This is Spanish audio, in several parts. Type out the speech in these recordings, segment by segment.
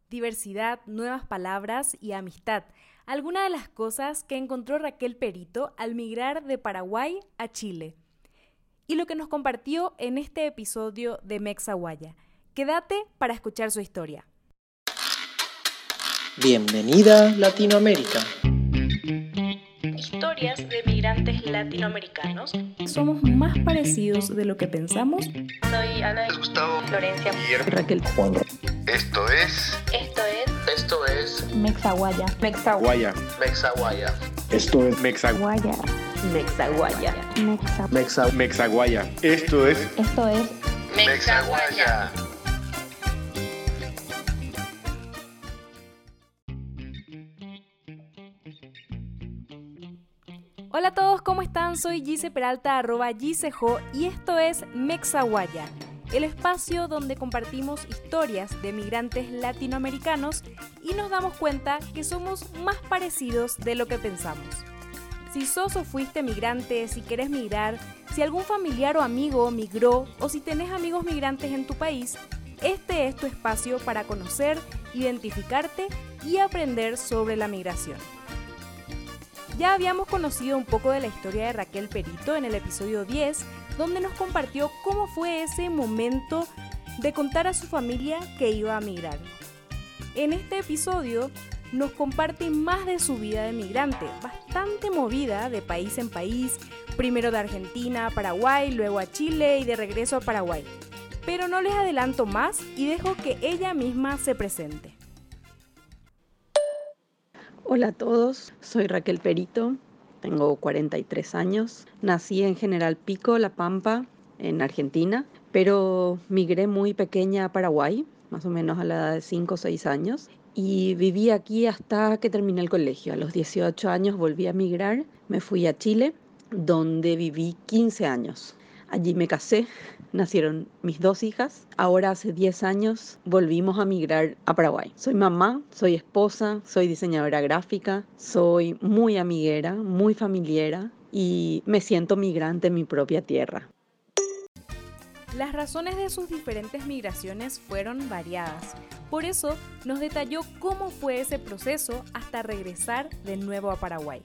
diversidad, nuevas palabras y amistad. Algunas de las cosas que encontró Raquel Perito al migrar de Paraguay a Chile. Y lo que nos compartió en este episodio de Mexaguaya. Quédate para escuchar su historia. Bienvenida Latinoamérica. Historias de migrantes latinoamericanos. Somos más parecidos de lo que pensamos. Soy Ana, Gustavo, Florencia, Guillermo, Raquel. Juan. Esto es Mexaguaya. Mexaguaya. Mexaguaya. Esto es Mexaguaya. Mexaguaya. Mexaguaya. Esto es Mexaguaya. Hola a todos, ¿cómo están? Soy Gise Peralta, @GiseJo, y esto es Mexaguaya, el espacio donde compartimos historias de migrantes latinoamericanos y nos damos cuenta que somos más parecidos de lo que pensamos. Si sos o fuiste migrante, si querés migrar, si algún familiar o amigo migró o si tenés amigos migrantes en tu país, este es tu espacio para conocer, identificarte y aprender sobre la migración. Ya habíamos conocido un poco de la historia de Raquel Perito en el episodio 10, donde nos compartió cómo fue ese momento de contar a su familia que iba a migrar. En este episodio nos comparte más de su vida de migrante, bastante movida de país en país, primero de Argentina a Paraguay, luego a Chile y de regreso a Paraguay. Pero no les adelanto más y dejo que ella misma se presente. Hola a todos, soy Raquel Perito, tengo 43 años, nací en General Pico, La Pampa, en Argentina, pero migré muy pequeña a Paraguay, más o menos a la edad de 5 o 6 años, y viví aquí hasta que terminé el colegio. A los 18 años volví a migrar, me fui a Chile, donde viví 15 años. Allí me casé, nacieron mis 2 hijas. Ahora hace 10 años volvimos a migrar a Paraguay. Soy mamá, soy esposa, soy diseñadora gráfica, soy muy amiguera, muy familiera y me siento migrante en mi propia tierra. Las razones de sus diferentes migraciones fueron variadas. Por eso nos detalló cómo fue ese proceso hasta regresar de nuevo a Paraguay.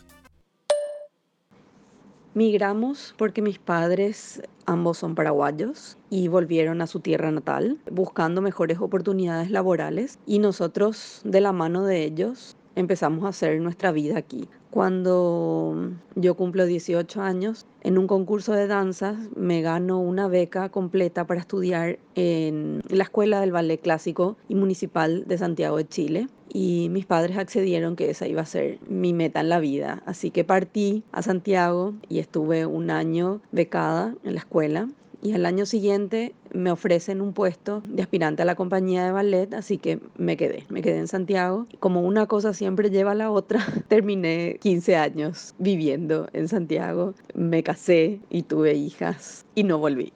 Migramos porque mis padres ambos son paraguayos y volvieron a su tierra natal buscando mejores oportunidades laborales y nosotros de la mano de ellos empezamos a hacer nuestra vida aquí. Cuando yo cumplo 18 años, en un concurso de danzas me gano una beca completa para estudiar en la Escuela del Ballet Clásico y Municipal de Santiago de Chile. Y mis padres accedieron que esa iba a ser mi meta en la vida. Así que partí a Santiago y estuve un año becada en la escuela. Y al año siguiente me ofrecen un puesto de aspirante a la compañía de ballet, así que me quedé en Santiago. Como una cosa siempre lleva a la otra, terminé 15 años viviendo en Santiago. Me casé y tuve hijas y no volví.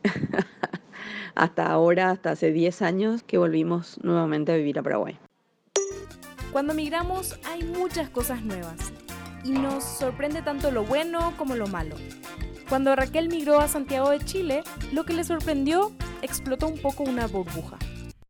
Hasta ahora, hasta hace 10 años que volvimos nuevamente a vivir a Paraguay. Cuando migramos hay muchas cosas nuevas y nos sorprende tanto lo bueno como lo malo. Cuando Raquel migró a Santiago de Chile, lo que le sorprendió, explotó un poco una burbuja.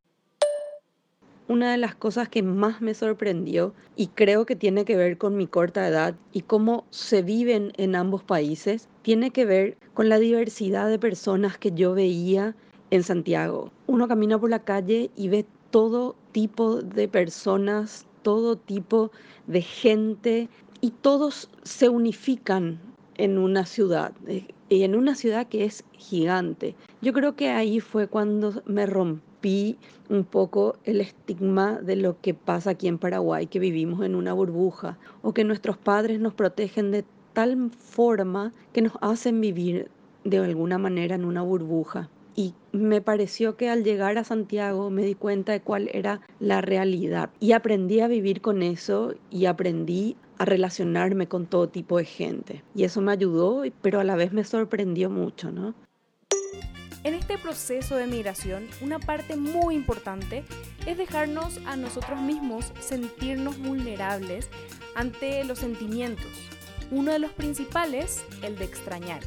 Una de las cosas que más me sorprendió, y creo que tiene que ver con mi corta edad y cómo se viven en ambos países, tiene que ver con la diversidad de personas que yo veía en Santiago. Uno camina por la calle y ve todo tipo de personas, todo tipo de gente, y todos se unifican en una ciudad, y en una ciudad que es gigante. Yo creo que ahí fue cuando me rompí un poco el estigma de lo que pasa aquí en Paraguay, que vivimos en una burbuja o que nuestros padres nos protegen de tal forma que nos hacen vivir de alguna manera en una burbuja. Y me pareció que al llegar a Santiago me di cuenta de cuál era la realidad y aprendí a vivir con eso y aprendí a relacionarme con todo tipo de gente. Y eso me ayudó, pero a la vez me sorprendió mucho, ¿no? En este proceso de migración, una parte muy importante es dejarnos a nosotros mismos sentirnos vulnerables ante los sentimientos. Uno de los principales, el de extrañar.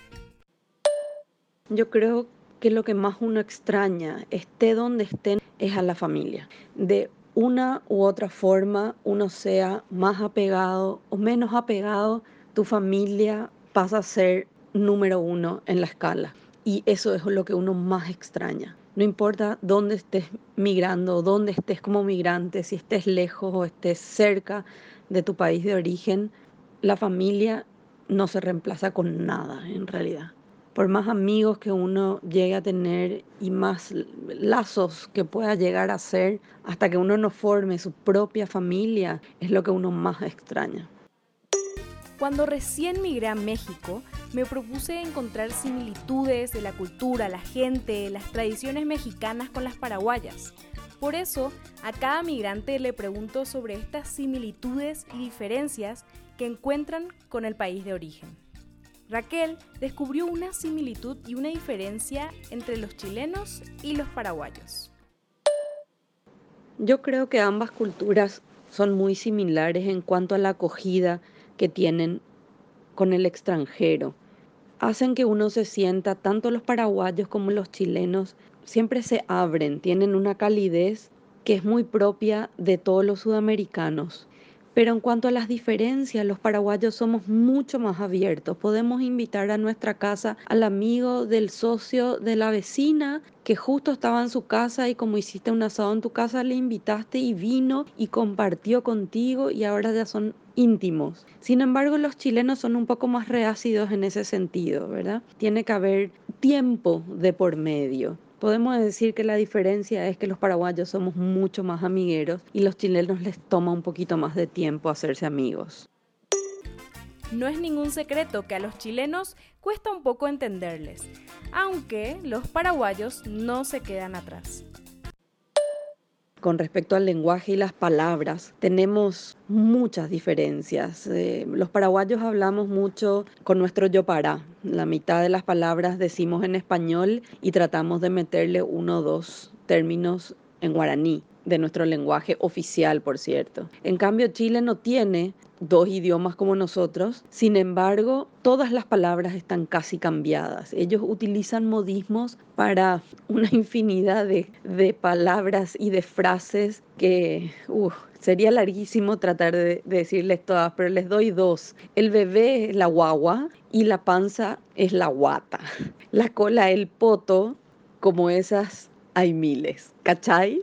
Yo creo que lo que más uno extraña, esté donde esté, es a la familia. De una u otra forma, uno sea más apegado o menos apegado, tu familia pasa a ser número uno en la escala. Y eso es lo que uno más extraña. No importa dónde estés migrando, dónde estés como migrante, si estés lejos o estés cerca de tu país de origen, la familia no se reemplaza con nada en realidad. Por más amigos que uno llegue a tener y más lazos que pueda llegar a ser, hasta que uno no forme su propia familia, es lo que uno más extraña. Cuando recién migré a México, me propuse encontrar similitudes de la cultura, la gente, las tradiciones mexicanas con las paraguayas. Por eso, a cada migrante le pregunto sobre estas similitudes y diferencias que encuentran con el país de origen. Raquel descubrió una similitud y una diferencia entre los chilenos y los paraguayos. Yo creo que ambas culturas son muy similares en cuanto a la acogida que tienen con el extranjero. Hacen que uno se sienta, tanto los paraguayos como los chilenos, siempre se abren, tienen una calidez que es muy propia de todos los sudamericanos. Pero en cuanto a las diferencias, los paraguayos somos mucho más abiertos. Podemos invitar a nuestra casa al amigo del socio de la vecina que justo estaba en su casa y como hiciste un asado en tu casa, le invitaste y vino y compartió contigo y ahora ya son íntimos. Sin embargo, los chilenos son un poco más reácidos en ese sentido, ¿verdad? Tiene que haber tiempo de por medio. Podemos decir que la diferencia es que los paraguayos somos mucho más amigueros y los chilenos les toma un poquito más de tiempo hacerse amigos. No es ningún secreto que a los chilenos cuesta un poco entenderles, aunque los paraguayos no se quedan atrás. Con respecto al lenguaje y las palabras, tenemos muchas diferencias. Los paraguayos hablamos mucho con nuestro yo para. La mitad de las palabras decimos en español y tratamos de meterle uno o dos términos en guaraní, de nuestro lenguaje oficial, por cierto. En cambio, Chile no tiene dos idiomas como nosotros, sin embargo, todas las palabras están casi cambiadas. Ellos utilizan modismos para una infinidad de palabras y de frases que sería larguísimo tratar de decirles todas, pero les doy dos. El bebé es la guagua y la panza es la guata. La cola, el poto, como esas hay miles. ¿Cachai?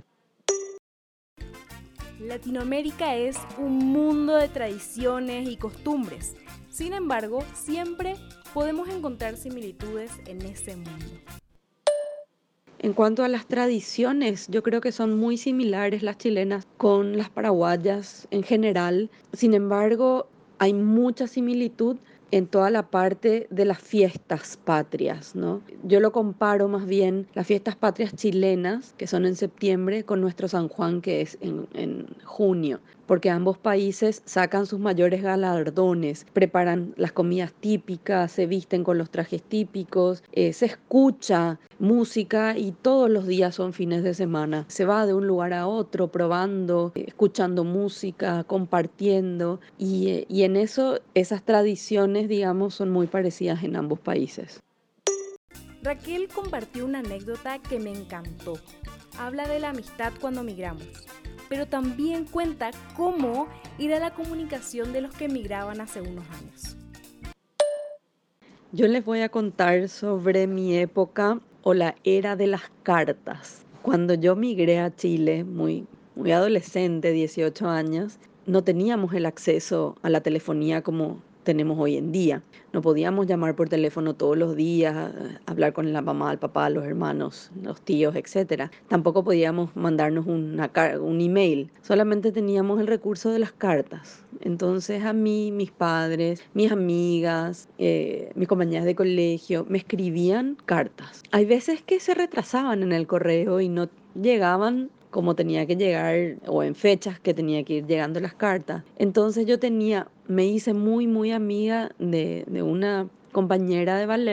Latinoamérica es un mundo de tradiciones y costumbres. Sin embargo, siempre podemos encontrar similitudes en ese mundo. En cuanto a las tradiciones, yo creo que son muy similares las chilenas con las paraguayas en general. Sin embargo, hay mucha similitud en toda la parte de las fiestas patrias, ¿no? Yo lo comparo más bien las fiestas patrias chilenas, que son en septiembre, con nuestro San Juan, que es en junio, porque ambos países sacan sus mayores galardones, preparan las comidas típicas, se visten con los trajes típicos, se escucha música y todos los días son fines de semana. Se va de un lugar a otro probando, escuchando música, compartiendo y en eso esas tradiciones, digamos, son muy parecidas en ambos países. Raquel compartió una anécdota que me encantó. Habla de la amistad cuando migramos, pero también cuenta cómo era la comunicación de los que migraban hace unos años. Yo les voy a contar sobre mi época o la era de las cartas. Cuando yo migré a Chile, muy adolescente, 18 años, no teníamos el acceso a la telefonía como tenemos hoy en día. No podíamos llamar por teléfono todos los días, hablar con la mamá, el papá, los hermanos, los tíos, etc. Tampoco podíamos mandarnos un email. Solamente teníamos el recurso de las cartas. Entonces a mí, mis padres, mis amigas, mis compañeras de colegio me escribían cartas. Hay veces que se retrasaban en el correo y no llegaban como tenía que llegar o en fechas que tenía que ir llegando las cartas. Entonces me hice muy amiga de una compañera de ballet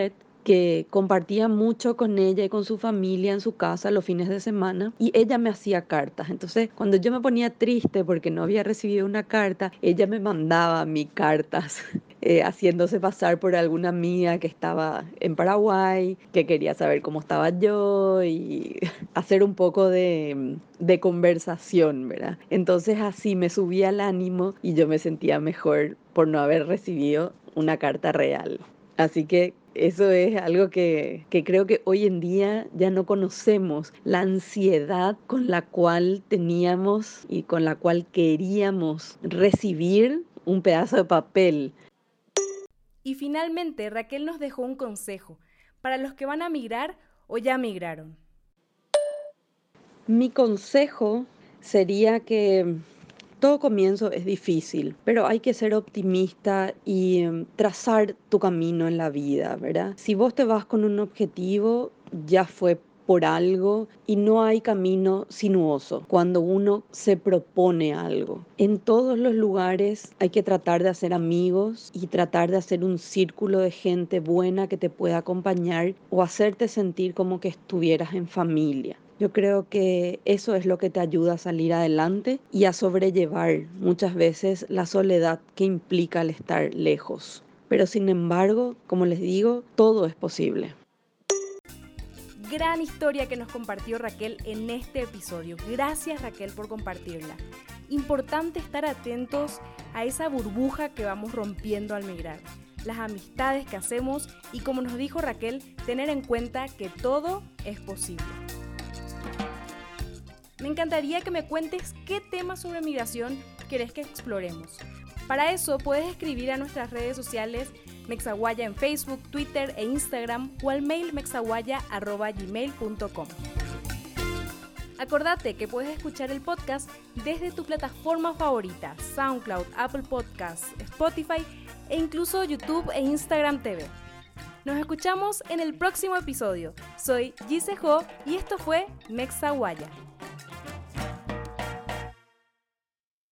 que compartía mucho con ella y con su familia en su casa los fines de semana y ella me hacía cartas. Entonces, cuando yo me ponía triste porque no había recibido una carta, ella me mandaba a mí cartas. Haciéndose pasar por alguna amiga que estaba en Paraguay, que quería saber cómo estaba yo y hacer un poco de conversación, ¿verdad? Entonces así me subía el ánimo y yo me sentía mejor por no haber recibido una carta real. Así que eso es algo que creo que hoy en día ya no conocemos, la ansiedad con la cual teníamos y con la cual queríamos recibir un pedazo de papel. Y finalmente Raquel nos dejó un consejo para los que van a migrar o ya migraron. Mi consejo sería que todo comienzo es difícil, pero hay que ser optimista y trazar tu camino en la vida, ¿verdad? Si vos te vas con un objetivo, ya fue por algo y no hay camino sinuoso cuando uno se propone algo. En todos los lugares hay que tratar de hacer amigos y tratar de hacer un círculo de gente buena que te pueda acompañar o hacerte sentir como que estuvieras en familia. Yo creo que eso es lo que te ayuda a salir adelante y a sobrellevar muchas veces la soledad que implica el estar lejos. Pero sin embargo, como les digo, todo es posible. Gran historia que nos compartió Raquel en este episodio. Gracias, Raquel, por compartirla. Importante estar atentos a esa burbuja que vamos rompiendo al migrar, las amistades que hacemos y, como nos dijo Raquel, tener en cuenta que todo es posible. Me encantaría que me cuentes qué temas sobre migración querés que exploremos. Para eso puedes escribir a nuestras redes sociales Mexaguaya en Facebook, Twitter e Instagram o al mail mexaguaya@gmail.com. Acordate que puedes escuchar el podcast desde tu plataforma favorita, SoundCloud, Apple Podcasts, Spotify e incluso YouTube e Instagram TV. Nos escuchamos en el próximo episodio. Soy Gise Ho y esto fue Mexaguaya.